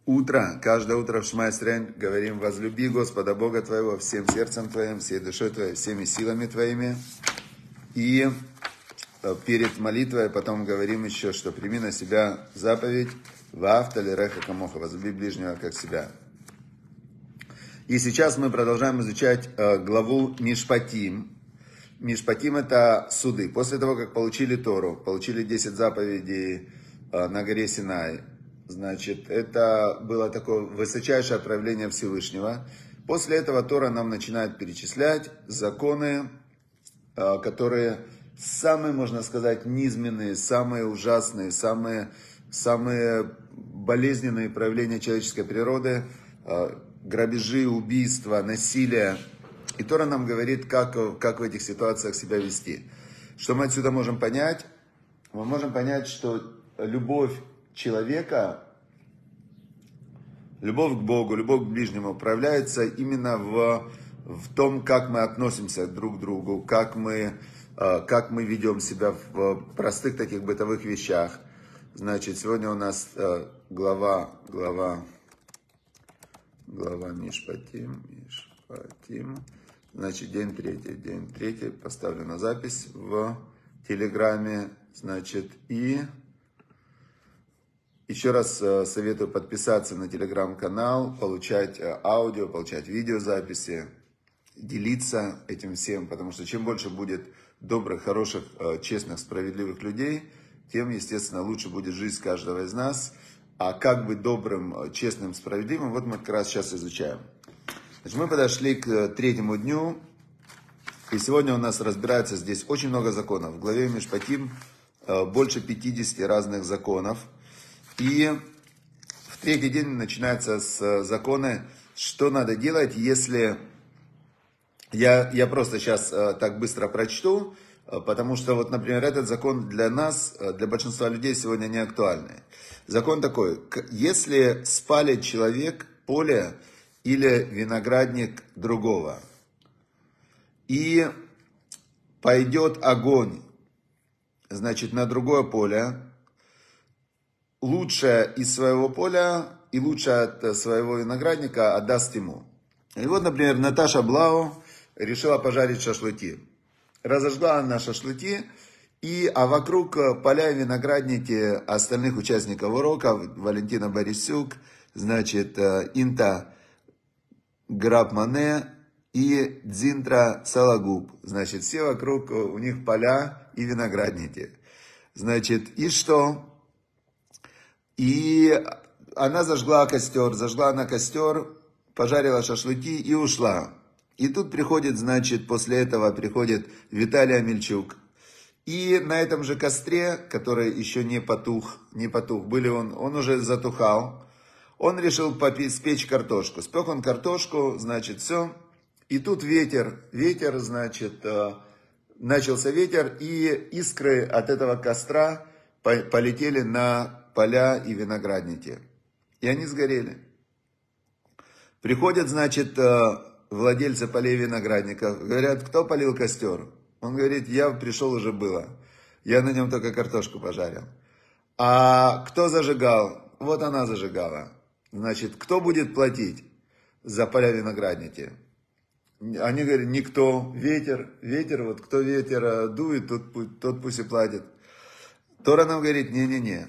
утро, каждое утро в Шма Исраэль говорим: возлюби Господа Бога твоего всем сердцем твоим, всей душой твоей, всеми силами твоими. И перед молитвой потом говорим еще, что прими на себя заповедь «Ваавта лиреха камоха», возлюби ближнего как себя. И сейчас мы продолжаем изучать главу Мишпатим. Мишпатим — это суды. После того, как получили Тору, получили 10 заповедей на горе Синай, значит, это было такое высочайшее проявление Всевышнего. После этого Тора нам начинает перечислять законы, которые самые, можно сказать, низменные, самые ужасные, самые болезненные проявления человеческой природы, грабежи, убийства, насилие. И Тора нам говорит, как в этих ситуациях себя вести. Что мы отсюда можем понять? Мы можем понять, что любовь человека, любовь к Богу, любовь к ближнему проявляется именно в том, как мы относимся друг к другу, как мы ведем себя в простых таких бытовых вещах. Значит, сегодня у нас глава Мишпатим. Значит, день третий, поставлю на запись в Телеграме. Значит, и еще раз советую подписаться на Телеграм-канал, получать аудио, получать видеозаписи, делиться этим всем, потому что чем больше будет добрых, хороших, честных, справедливых людей, тем, естественно, лучше будет жизнь каждого из нас. А как быть добрым, честным, справедливым, вот мы как раз сейчас изучаем. Значит, мы подошли к третьему дню, и сегодня у нас разбирается здесь очень много законов. В главе Мишпатим больше 50 разных законов. И в третий день начинается с законы, что надо делать, если... Я просто сейчас так быстро прочту, потому что, вот, например, этот закон для нас, для большинства людей сегодня не актуальный. Закон такой: если спалит человек поле или виноградник другого, и пойдет огонь, значит, на другое поле, лучшее из своего поля и лучшее от своего виноградника отдаст ему. И вот, например, Наташа Блау решила пожарить шашлыки. Разожгла она шашлыки, а вокруг поля и виноградники остальных участников урока: Валентина Борисюк, значит, Инта Грабмане и Дзинтра Салагуб. Значит, все вокруг, у них поля и виноградники. Значит, и что? И она зажгла костер, пожарила шашлыки и ушла. И тут приходит, значит, после этого приходит Виталий Амельчук. И на этом же костре, который еще не потух, он уже затухал, он решил спечь картошку. Спек он картошку, значит, все. И тут ветер, значит, начался ветер, и искры от этого костра полетели на поля и виноградники. И они сгорели. Приходят, значит, владельцы полей виноградников, говорят: кто полил костер? Он говорит: я пришел, уже было. Я на нем только картошку пожарил. А кто зажигал? Вот она зажигала. Значит, кто будет платить за поля виноградники? Они говорят: никто. Ветер, вот кто ветер дует, тот пусть и платит. Тора нам говорит: не-не-не.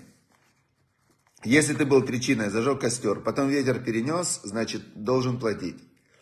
Если ты был причиной, зажег костер, потом ветер перенес, значит, должен платить.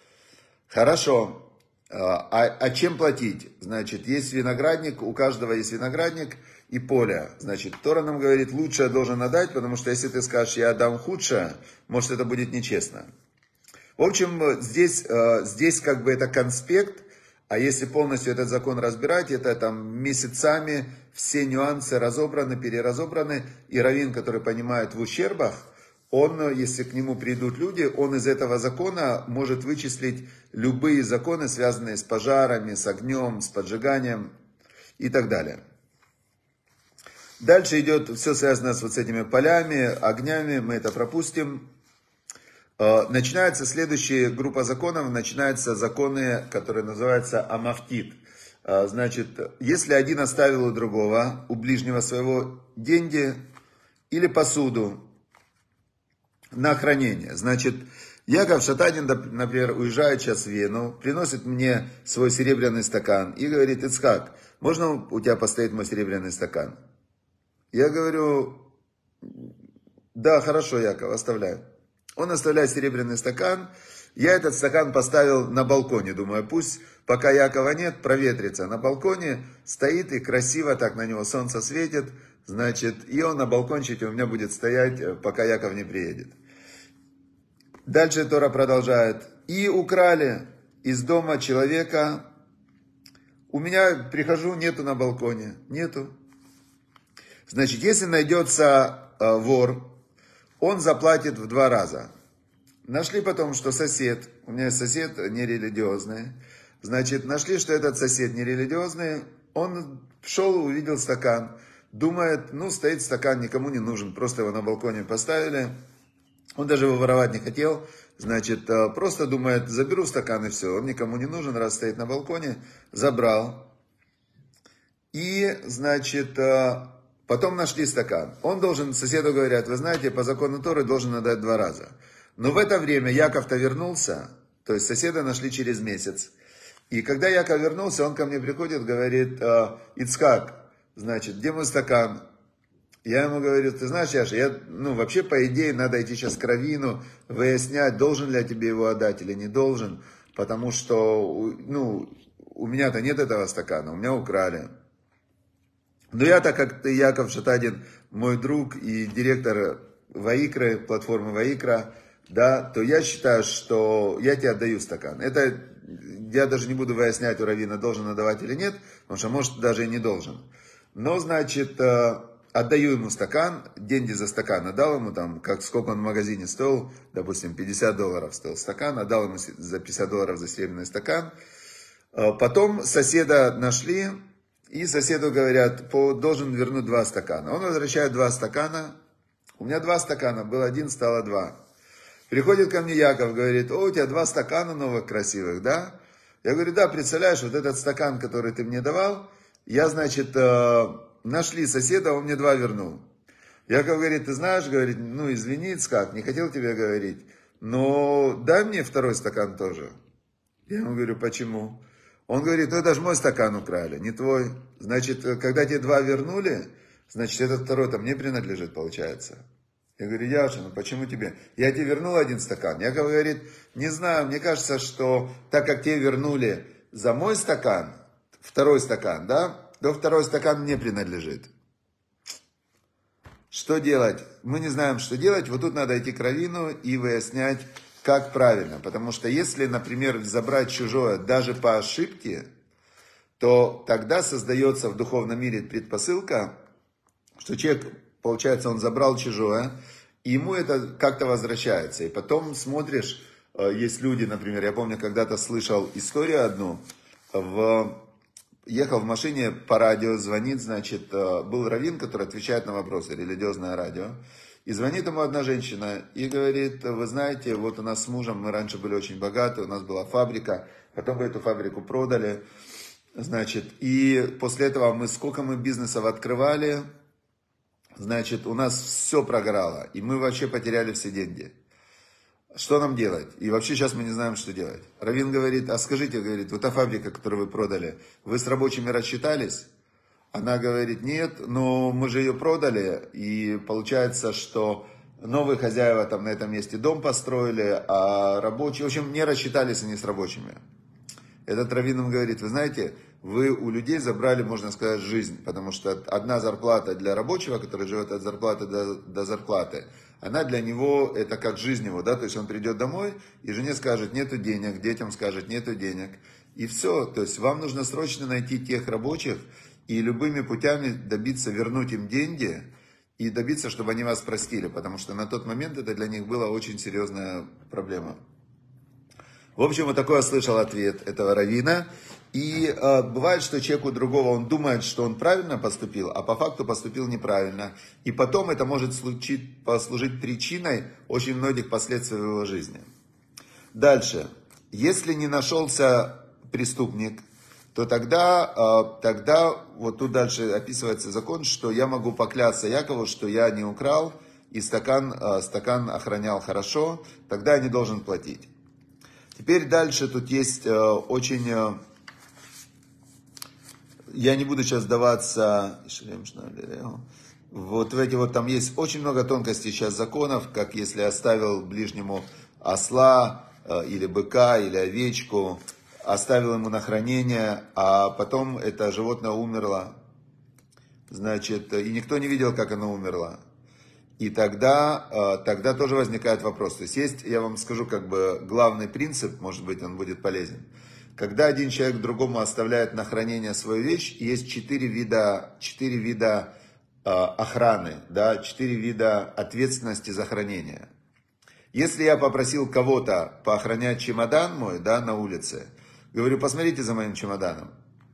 Хорошо. А чем платить? Значит, есть виноградник, у каждого есть виноградник и поле. Значит, Тора нам говорит: лучшее должен отдать, потому что если ты скажешь: я отдам худшее, может, это будет нечестно. В общем, здесь как бы это конспект, а если полностью этот закон разбирать, это там месяцами все нюансы разобраны, переразобраны, и раввин, который понимает в ущербах, он, если к нему придут люди, он из этого закона может вычислить любые законы, связанные с пожарами, с огнем, с поджиганием и так далее. Дальше идет все связано с этими полями, огнями, мы это пропустим. Начинается следующая группа законов, начинаются законы, которые называются амафтит. Значит, если один оставил у другого, у ближнего своего, деньги или посуду, на хранение. Значит, Яков Шатанин, например, уезжает сейчас в Вену, приносит мне свой серебряный стакан и говорит: Ицхак, можно у тебя постоит мой серебряный стакан? Я говорю: да, хорошо, Яков, оставляю. Он оставляет серебряный стакан. Я этот стакан поставил на балконе. Думаю, пусть пока Якова нет, проветрится. На балконе стоит и красиво так на него солнце светит. Значит, и он на балкончике у меня будет стоять, пока Яков не приедет. Дальше Тора продолжает. И украли из дома человека. У меня, прихожу, нету на балконе. Нету. Значит, если найдется вор, он заплатит в 2 раза. Нашли потом, что сосед, у меня есть сосед нерелигиозный, значит, нашли, что этот сосед нерелигиозный, он шел, увидел стакан, думает, ну, стоит стакан, никому не нужен, просто его на балконе поставили, он даже его воровать не хотел, значит, просто думает, заберу стакан и все, он никому не нужен, раз стоит на балконе, забрал, и, значит, потом нашли стакан. Он должен, соседу говорят, вы знаете, по закону Торы должен отдать 2 раза. Но в это время Яков-то вернулся, то есть соседа нашли через месяц. И когда Яков вернулся, он ко мне приходит, говорит: Ицхак, значит, где мой стакан? Я ему говорю: ты знаешь, Яша, вообще по идее надо идти сейчас к раввину, выяснять, должен ли я тебе его отдать или не должен, потому что, у меня-то нет этого стакана, у меня украли. Но я, так как ты, Яков Шатанин, мой друг и директор Ваикры, платформы Ваикра, да, то я считаю, что я тебе отдаю стакан. Это я даже не буду выяснять у раввина, должен отдавать или нет, потому что, может, даже и не должен. Но, значит, отдаю ему стакан, деньги за стакан отдал ему, там, сколько он в магазине стоил, допустим, $50 стоил стакан, отдал ему за $50 за серебряный стакан. Потом соседа нашли, и соседу говорят, должен вернуть 2 стакана. Он возвращает 2 стакана, у меня 2 стакана, был 1, стало 2. Приходит ко мне Яков, говорит: у тебя 2 стакана новых красивых, да? Я говорю: да, представляешь, вот этот стакан, который ты мне давал, я, значит, нашли соседа, он мне 2 вернул. Яков говорит: ты знаешь, говорит, извини, Ицхак, не хотел тебе говорить, но дай мне 2 стакан тоже. Я ему говорю: почему? Он говорит: это же мой стакан украли, не твой. Значит, когда тебе 2 вернули, значит, этот 2-й мне принадлежит, получается. Я говорю: Яша, почему тебе? Я тебе вернул 1 стакан. Яков говорит: не знаю, мне кажется, что так как тебе вернули за мой стакан, 2-й стакан, да, то 2-й стакан мне принадлежит. Что делать? Мы не знаем, что делать. Вот тут надо идти к раввину и выяснять, как правильно. Потому что если, например, забрать чужое даже по ошибке, то тогда создается в духовном мире предпосылка, что человек, получается, он забрал чужое, и ему это как-то возвращается. И потом смотришь, есть люди, например, я помню, когда-то слышал историю одну, ехал в машине по радио, звонит, значит, был раввин, который отвечает на вопросы, религиозное радио, и звонит ему одна женщина и говорит: вы знаете, вот у нас с мужем, мы раньше были очень богаты, у нас была фабрика, потом мы эту фабрику продали, значит, и после этого сколько мы бизнесов открывали, значит, у нас все прогорало, и мы вообще потеряли все деньги. Что нам делать? И вообще сейчас мы не знаем, что делать. Раввин говорит: а скажите, говорит, вот та фабрика, которую вы продали, вы с рабочими рассчитались? Она говорит: нет, но мы же ее продали, и получается, что новые хозяева там на этом месте дом построили, а рабочие, в общем, не рассчитались они с рабочими. Этот раввин им говорит: вы знаете, вы у людей забрали, можно сказать, жизнь, потому что одна зарплата для рабочего, который живет от зарплаты до зарплаты, она для него, это как жизнь его, да, то есть он придет домой, и жене скажет: нету денег, детям скажет: нету денег, и все, то есть вам нужно срочно найти тех рабочих, и любыми путями добиться, вернуть им деньги, и добиться, чтобы они вас простили, потому что на тот момент это для них была очень серьезная проблема. В общем, вот такой я слышал ответ этого раввина. И бывает, что человек у другого, он думает, что он правильно поступил, а по факту поступил неправильно. И потом это может послужить причиной очень многих последствий в его жизни. Дальше. Если не нашелся преступник, то тогда вот тут дальше описывается закон, что я могу поклясться Якову, что я не украл, и стакан охранял хорошо, тогда не должен платить. Теперь дальше тут есть я не буду сейчас вдаваться, вот в эти вот, там есть очень много тонкостей сейчас законов, как если оставил ближнему осла, или быка, или овечку, оставил ему на хранение, а потом это животное умерло, значит, и никто не видел, как оно умерло. И тогда тоже возникает вопрос. То есть, я вам скажу, как бы главный принцип, может быть, он будет полезен. Когда один человек другому оставляет на хранение свою вещь, есть 4 вида охраны, да, 4 вида ответственности за хранение. Если я попросил кого-то поохранять чемодан мой, да, на улице, говорю, посмотрите за моим чемоданом.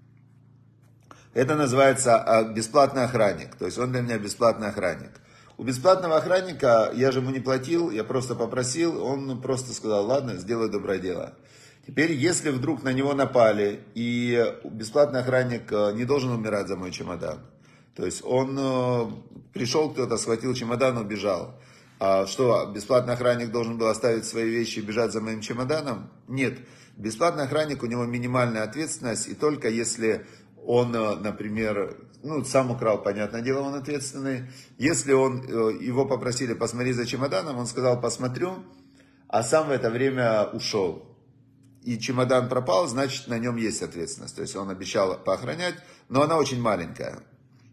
Это называется бесплатный охранник, то есть он для меня бесплатный охранник. У бесплатного охранника, я же ему не платил, я просто попросил, он просто сказал, ладно, сделаю доброе дело. Теперь, если вдруг на него напали, и бесплатный охранник не должен умирать за мой чемодан, то есть он пришел, кто-то схватил чемодан, убежал. А что, бесплатный охранник должен был оставить свои вещи и бежать за моим чемоданом? Нет, бесплатный охранник, у него минимальная ответственность, и только если он, например, сам украл, понятное дело, он ответственный. Если его попросили посмотреть за чемоданом, он сказал, посмотрю, а сам в это время ушел. И чемодан пропал, значит, на нем есть ответственность. То есть он обещал поохранять, но она очень маленькая.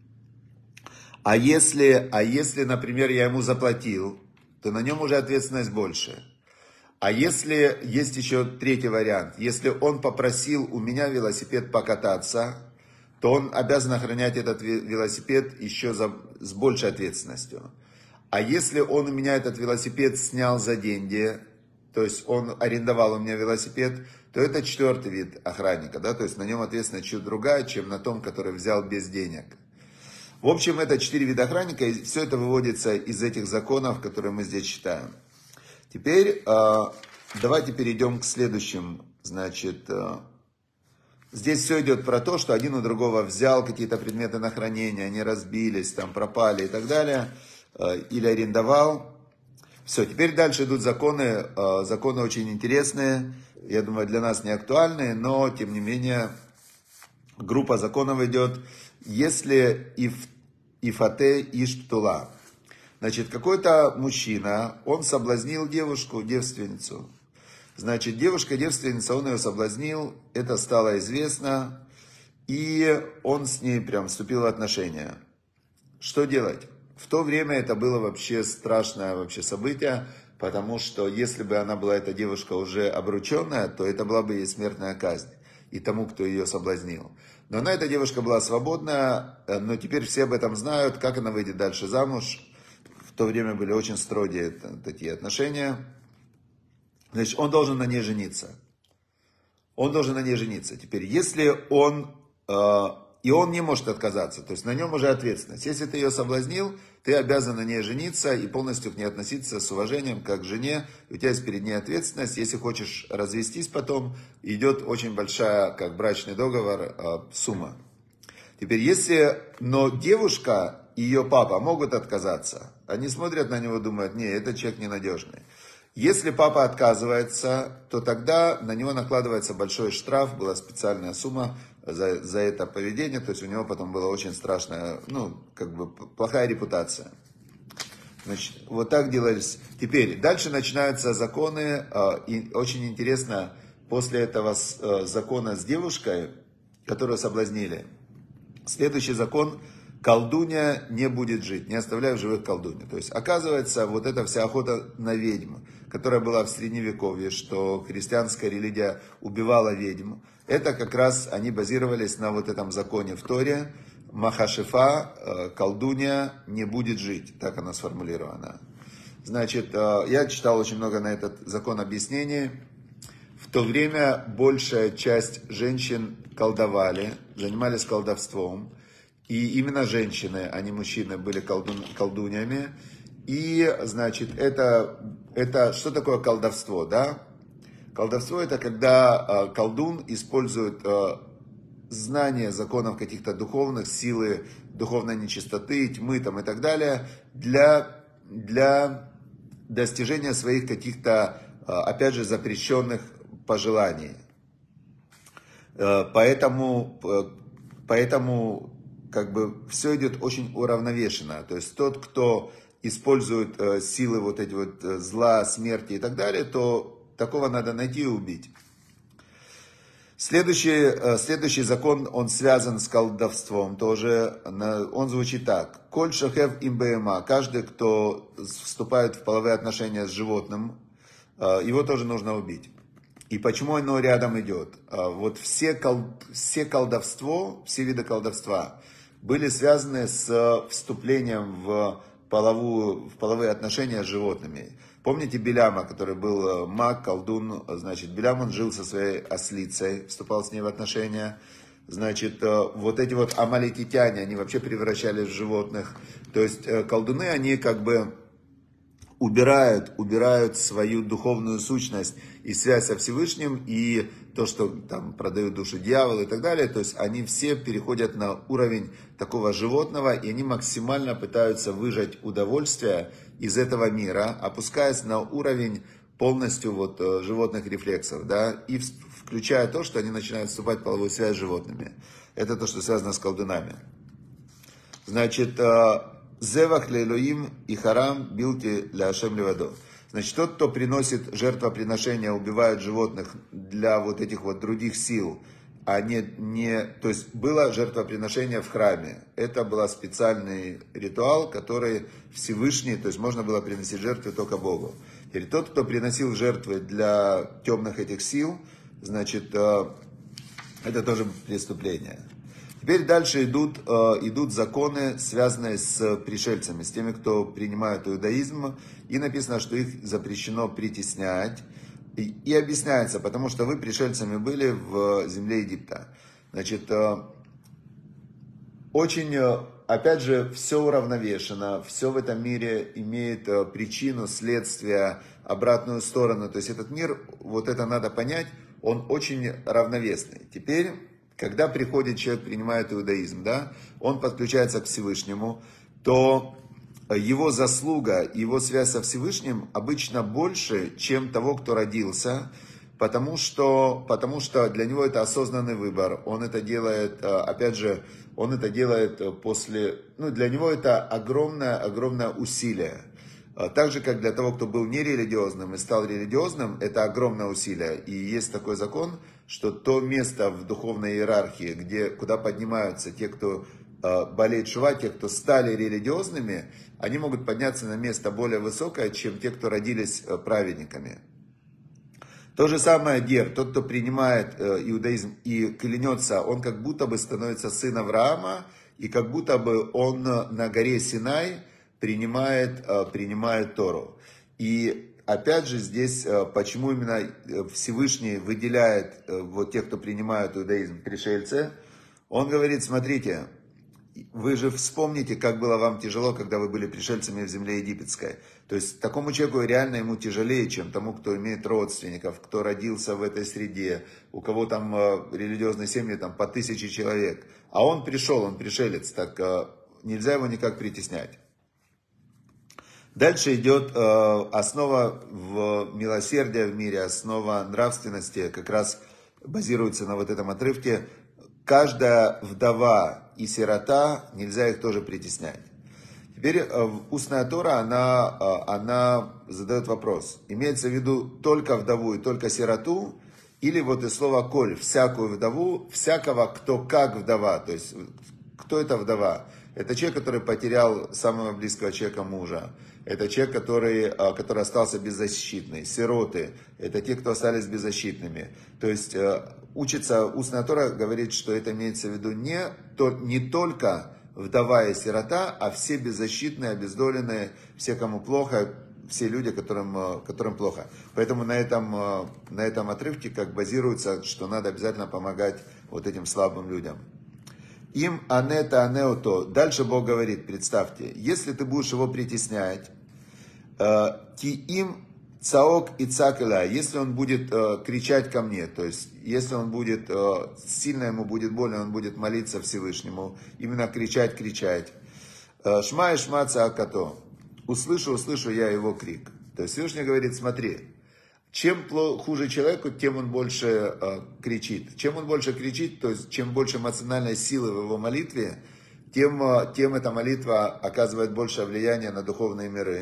А если, например, я ему заплатил, то на нем уже ответственность больше. А если есть еще третий вариант, если он попросил у меня велосипед покататься, то он обязан охранять этот велосипед еще с большей ответственностью. А если он у меня этот велосипед снял за деньги, то есть он арендовал у меня велосипед, то это 4-й вид охранника, да, то есть на нем ответственность чуть другая, чем на том, который взял без денег. В общем, это 4 вида охранника, и все это выводится из этих законов, которые мы здесь читаем. Теперь давайте перейдем к следующим, значит, здесь все идет про то, что один у другого взял какие-то предметы на хранение, они разбились, там пропали и так далее, или арендовал. Все, теперь дальше идут законы, законы очень интересные, я думаю, для нас не актуальные, но, тем не менее, группа законов идет, если ифате иштула. Значит, какой-то мужчина, он соблазнил девушку, девственницу. Значит, девушка-девственница, он ее соблазнил, это стало известно, и он с ней прям вступил в отношения. Что делать? В то время это было вообще страшное вообще событие, потому что если бы она была, эта девушка, уже обрученная, то это была бы ей смертная казнь, и тому, кто ее соблазнил. Но она, эта девушка, была свободная, но теперь все об этом знают, как она выйдет дальше замуж. В то время были очень строгие такие отношения. Значит, он должен на ней жениться. Он должен на ней жениться. Теперь, если он... И он не может отказаться, то есть на нем уже ответственность. Если ты ее соблазнил, ты обязан на ней жениться и полностью к ней относиться с уважением, как к жене. У тебя есть перед ней ответственность. Если хочешь развестись потом, идет очень большая, как брачный договор, сумма. Теперь, но девушка и ее папа могут отказаться. Они смотрят на него, думают, не, этот человек ненадежный. Если папа отказывается, то тогда на него накладывается большой штраф, была специальная сумма за это поведение, то есть у него потом была очень страшная, плохая репутация. Значит, вот так делались. Теперь, дальше начинаются законы, и очень интересно, после этого закона с девушкой, которую соблазнили, следующий закон: колдунья не будет жить, не оставляя в живых колдунью. То есть, оказывается, вот эта вся охота на ведьм, которая была в Средневековье, что христианская религия убивала ведьм, это как раз они базировались на вот этом законе в Торе. Махашифа, колдунья не будет жить, так она сформулирована. Значит, я читал очень много на этот закон объяснений. В то время большая часть женщин колдовали, занимались колдовством. И именно женщины, а не мужчины, были колдуньями. И, значит, это что такое колдовство, да? Колдовство — это когда колдун использует знания законов каких-то духовных, силы, духовной нечистоты, тьмы там, и так далее, для для достижения своих каких-то, опять же, запрещенных пожеланий. Поэтому как бы все идет очень уравновешенно. То есть тот, кто использует силы вот эти вот зла, смерти и так далее, то такого надо найти и убить. Следующий закон, он связан с колдовством тоже. Он звучит так. Коль шахев им бема. Каждый, кто вступает в половые отношения с животным, его тоже нужно убить. И почему оно рядом идет? Вот все колдовство, все виды колдовства были связаны с вступлением в половые отношения с животными. Помните Биляма, который был маг, колдун? Значит, Билям, он жил со своей ослицей, вступал с ней в отношения. Значит, вот эти вот амаликитяне, они вообще превращались в животных. То есть колдуны, они как бы убирают свою духовную сущность и связь со Всевышним, и то, что там продают душу дьяволу и так далее. То есть они все переходят на уровень такого животного, и они максимально пытаются выжать удовольствие из этого мира, опускаясь на уровень полностью вот животных рефлексов, да, и включая то, что они начинают вступать в половую связь с животными. Это то, что связано с колдунами. Значит, Зевах лейлоим и харам билти ля Ашем левадо. Значит, тот, кто приносит жертвоприношения, убивает животных для вот этих вот других сил, а то есть было жертвоприношение в храме. Это был специальный ритуал, который Всевышний, то есть можно было приносить жертвы только Богу. Теперь тот, кто приносил жертвы для темных этих сил, значит, это тоже преступление. Теперь дальше идут законы, связанные с пришельцами, с теми, кто принимает иудаизм. И написано, что их запрещено притеснять. И объясняется, потому что вы пришельцами были в земле Египта. Значит, очень, опять же, все уравновешено, все в этом мире имеет причину, следствие, обратную сторону. То есть этот мир, вот это надо понять, он очень равновесный. Теперь, когда приходит человек, принимает иудаизм, да, он подключается к Всевышнему, то его заслуга, его связь со Всевышним обычно больше, чем того, кто родился, потому что для него это осознанный выбор. Он это делает, опять же, он это делает для него это огромное усилие. Так же, как для того, кто был нерелигиозным и стал религиозным, это огромное усилие. И есть такой закон, что то место в духовной иерархии, куда поднимаются те, кто болеет шува, те, кто стали религиозными, они могут подняться на место более высокое, чем те, кто родились праведниками. То же самое гер, тот, кто принимает иудаизм и клянется, он как будто бы становится сыном Авраама, и как будто бы он на горе Синай принимает Тору. И опять же здесь, почему именно Всевышний выделяет вот тех, кто принимает иудаизм, пришельцы, он говорит, смотрите, вы же вспомните, как было вам тяжело, когда вы были пришельцами в земле египетской. То есть такому человеку реально ему тяжелее, чем тому, кто имеет родственников, кто родился в этой среде, у кого там религиозные семьи там по 1000 человек. А он пришел, он пришелец, так нельзя его никак притеснять. Дальше идет основа в милосердия в мире, основа нравственности, как раз базируется на вот этом отрывке. Каждая вдова и сирота, нельзя их тоже притеснять. Теперь устная Тора, она задает вопрос. Имеется в виду только вдову и только сироту, или вот из слова коль, всякую вдову, всякого, кто как вдова. То есть, кто это вдова? Это человек, который потерял самого близкого человека мужа. Это человек, который остался беззащитный. Сироты. Это те, кто остались беззащитными. То есть, учится, устная Тора говорит, что это имеется в виду не только вдова и сирота, а все беззащитные, обездоленные, все, кому плохо, все люди, которым плохо. Поэтому на этом отрывке как базируется, что надо обязательно помогать вот этим слабым людям. Им анета анеото. Дальше Бог говорит, представьте, если ты будешь его притеснять, ки им цаок и цакела, если он будет кричать ко мне, то есть если он будет, сильно ему будет больно, он будет молиться Всевышнему, именно кричать. Шма и шма цаакато. услышу я его крик. То есть Всевышний говорит, смотри, чем хуже человеку, тем он больше кричит. Чем он больше кричит, то есть чем больше эмоциональной силы в его молитве, тем эта молитва оказывает большее влияние на духовные миры.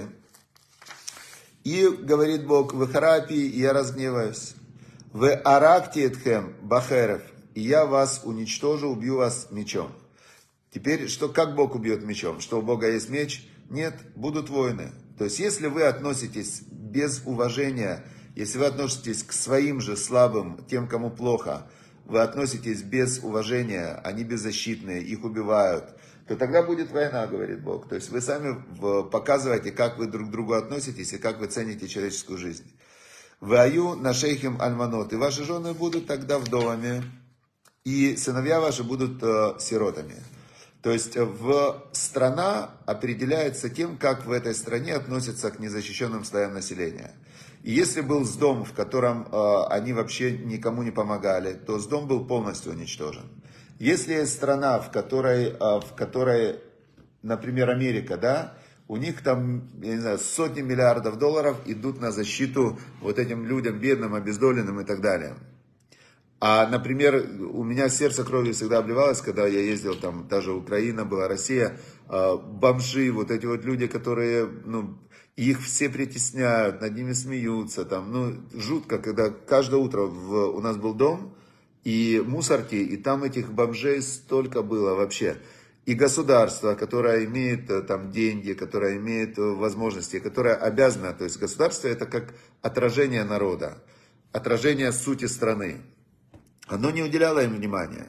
И говорит Бог, в харапи, и я разгневаюсь. В аракти этхем бахерев, и я вас уничтожу, убью вас мечом. Теперь, как Бог убьет мечом? Что у Бога есть меч? Нет, будут войны. То есть, если вы относитесь без уважения, если вы относитесь к своим же слабым, тем, кому плохо, вы относитесь без уважения, они беззащитные, их убивают, то тогда будет война, говорит Бог. То есть, вы сами показываете, как вы друг к другу относитесь и как вы цените человеческую жизнь. Ваю нашейхим альманот, и ваши жены будут тогда вдовами, и сыновья ваши будут сиротами. То есть страна определяется тем, как в этой стране относятся к незащищенным слоям населения. И если был Сдом, в котором они вообще никому не помогали, то Сдом был полностью уничтожен. Если есть страна, в которой, например, Америка, да, у них там, я не знаю, сотни миллиардов долларов идут на защиту вот этим людям, бедным, обездоленным и так далее. А, например, у меня сердце кровью всегда обливалось, когда я ездил, там, даже Украина была, Россия, бомжи, вот эти вот люди, которые, их все притесняют, над ними смеются, там, жутко, когда каждое утро у нас был дом и мусорки, и там этих бомжей столько было вообще. И государство, которое имеет там деньги, которое имеет возможности, которое обязано, то есть государство это как отражение народа, отражение сути страны. Оно не уделяло им внимания.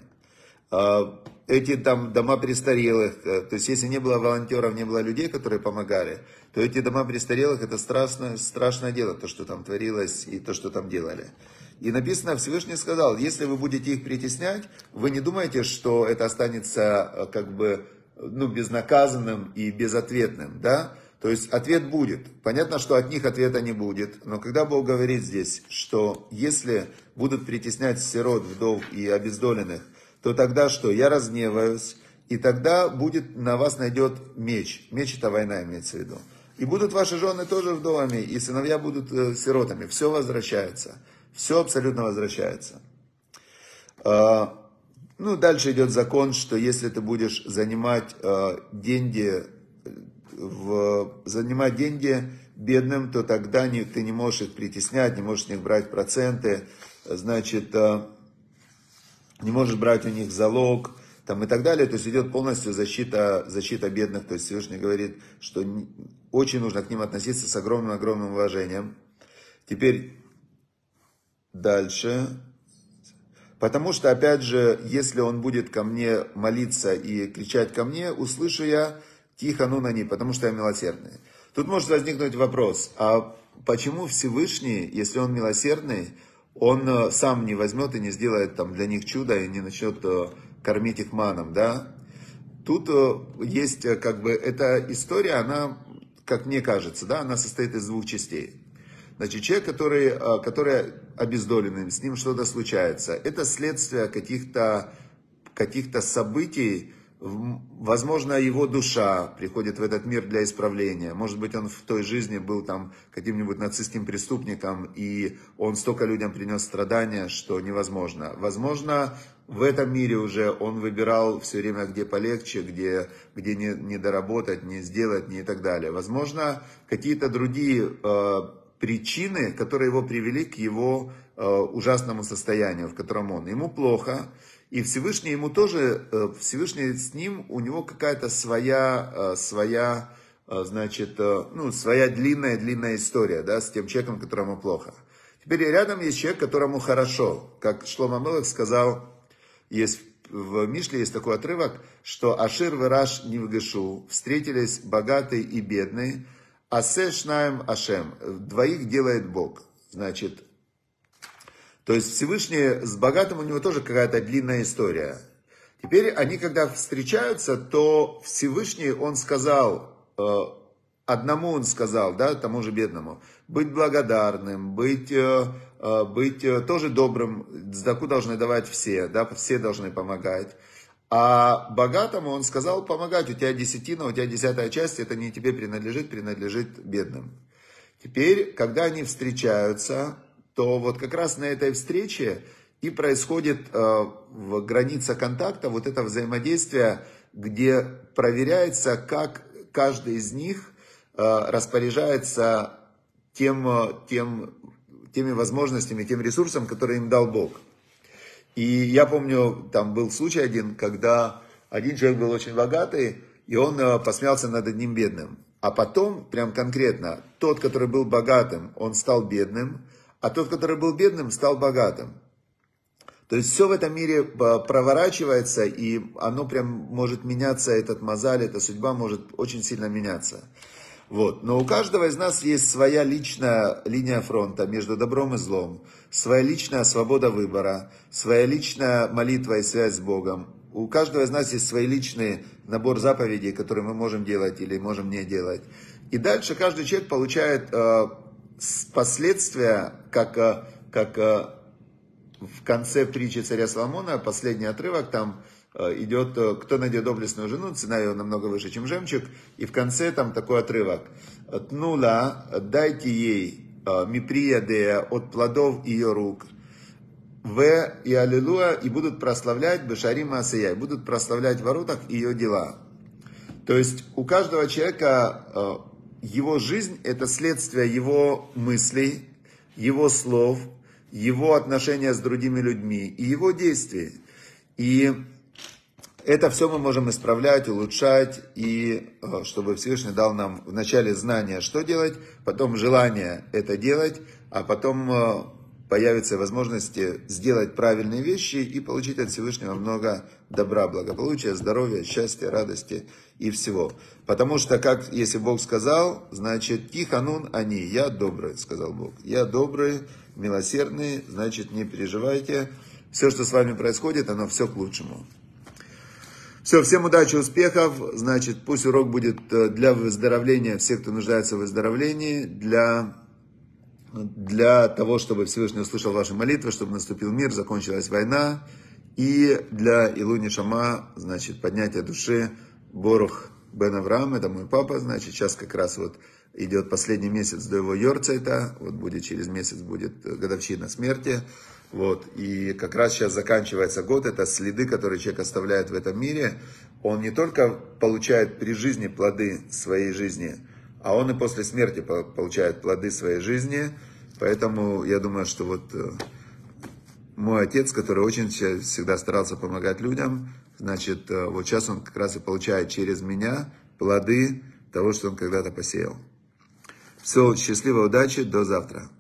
Эти там дома престарелых, то есть если не было волонтеров, не было людей, которые помогали, то эти дома престарелых это страшное дело, то, что там творилось и то, что там делали. И написано, Всевышний сказал, если вы будете их притеснять, вы не думаете, что это останется как бы безнаказанным и безответным, да? То есть ответ будет. Понятно, что от них ответа не будет. Но когда Бог говорит здесь, что если будут притеснять сирот, вдов и обездоленных, то тогда что? Я разгневаюсь, и тогда на вас найдет меч. Меч это война имеется в виду. И будут ваши жены тоже вдовами, и сыновья будут сиротами. Все возвращается. Все абсолютно возвращается. Дальше идет закон, что если ты будешь занимать деньги бедным, то тогда ты не можешь их притеснять, не можешь с них брать проценты, значит, не можешь брать у них залог, там, и так далее. То есть идет полностью защита бедных. То есть Всевышний говорит, что очень нужно к ним относиться с огромным-огромным уважением. Теперь дальше. Потому что, опять же, если он будет ко мне молиться и кричать ко мне, услышу я тихо, нани, потому что я милосердный. Тут может возникнуть вопрос, а почему Всевышний, если он милосердный, он сам не возьмет и не сделает там для них чудо и не начнет кормить их маном, да? Тут есть эта история, она, как мне кажется, да, она состоит из двух частей. Значит, человек, который обездоленный, с ним что-то случается, это следствие каких-то событий. Возможно, его душа приходит в этот мир для исправления. Может быть, он в той жизни был там каким-нибудь нацистским преступником, и он столько людям принес страдания, что невозможно. Возможно, в этом мире уже он выбирал все время, где полегче, где не доработать, не сделать, не и так далее. Возможно, какие-то другие причины, которые его привели к его ужасному состоянию, в котором он. Ему плохо. И Всевышний ему тоже, Всевышний с ним, у него какая-то своя длинная история, да, с тем человеком, которому плохо. Теперь рядом есть человек, которому хорошо. Как Шломо Амелех сказал, в Мишле есть такой отрывок, что Ашир выраш нивгешу, встретились богатый и бедный, асе шнаем ашем, двоих делает Бог. Значит, то есть Всевышний с богатым у него тоже какая-то длинная история. Теперь они, когда встречаются, то Всевышний, он сказал, одному он сказал, да, тому же бедному, быть благодарным, быть тоже добрым, цдаку должны давать все, да, все должны помогать. А богатому он сказал помогать. У тебя десятина, у тебя 10-я часть, это не тебе принадлежит, принадлежит бедным. Теперь, когда они встречаются, то вот как раз на этой встрече и происходит в границе контакта вот это взаимодействие, где проверяется, как каждый из них распоряжается теми возможностями, тем ресурсом, который им дал Бог. И я помню, там был случай один, когда один человек был очень богатый, и он посмеялся над одним бедным. А потом, прям конкретно, тот, который был богатым, он стал бедным, а тот, который был бедным, стал богатым. То есть все в этом мире проворачивается, и оно прям может меняться, этот мозаль, эта судьба может очень сильно меняться. Вот. Но у каждого из нас есть своя личная линия фронта между добром и злом, своя личная свобода выбора, своя личная молитва и связь с Богом. У каждого из нас есть свой личный набор заповедей, которые мы можем делать или можем не делать. И дальше каждый человек получает последствия, как в конце притчи царя Соломона, последний отрывок, там идет, кто найдет доблестную жену, цена ее намного выше, чем жемчуг. И в конце там такой отрывок. Тнула, дайте ей миприядея от плодов ее рук. И аллилуйя, и будут прославлять бешарима асия, и будут прославлять в воротах ее дела. То есть у каждого человека его жизнь это следствие его мыслей, его слов, его отношения с другими людьми и его действий. И это все мы можем исправлять, улучшать, и чтобы Всевышний дал нам вначале знание, что делать, потом желание это делать, а потом появятся возможности сделать правильные вещи и получить от Всевышнего много добра, благополучия, здоровья, счастья, радости и всего. Потому что, как если Бог сказал, значит, тиханун они, я добрый, сказал Бог. Я добрый, милосердный, значит, не переживайте. Все, что с вами происходит, оно все к лучшему. Все, всем удачи, успехов. Значит, пусть урок будет для выздоровления всех, кто нуждается в выздоровлении, для того, чтобы Всевышний услышал ваши молитвы, чтобы наступил мир, закончилась война. И для Илуни Шама, значит, поднятия души Борух бен Авраам, это мой папа, значит, сейчас как раз вот идет последний месяц до его йорцайта, вот будет через месяц будет годовщина смерти. Вот, и как раз сейчас заканчивается год, это следы, которые человек оставляет в этом мире. Он не только получает при жизни плоды своей жизни, а он и после смерти получает плоды своей жизни. Поэтому я думаю, что вот мой отец, который очень всегда старался помогать людям, значит, вот сейчас он как раз и получает через меня плоды того, что он когда-то посеял. Все, счастливой удачи, до завтра.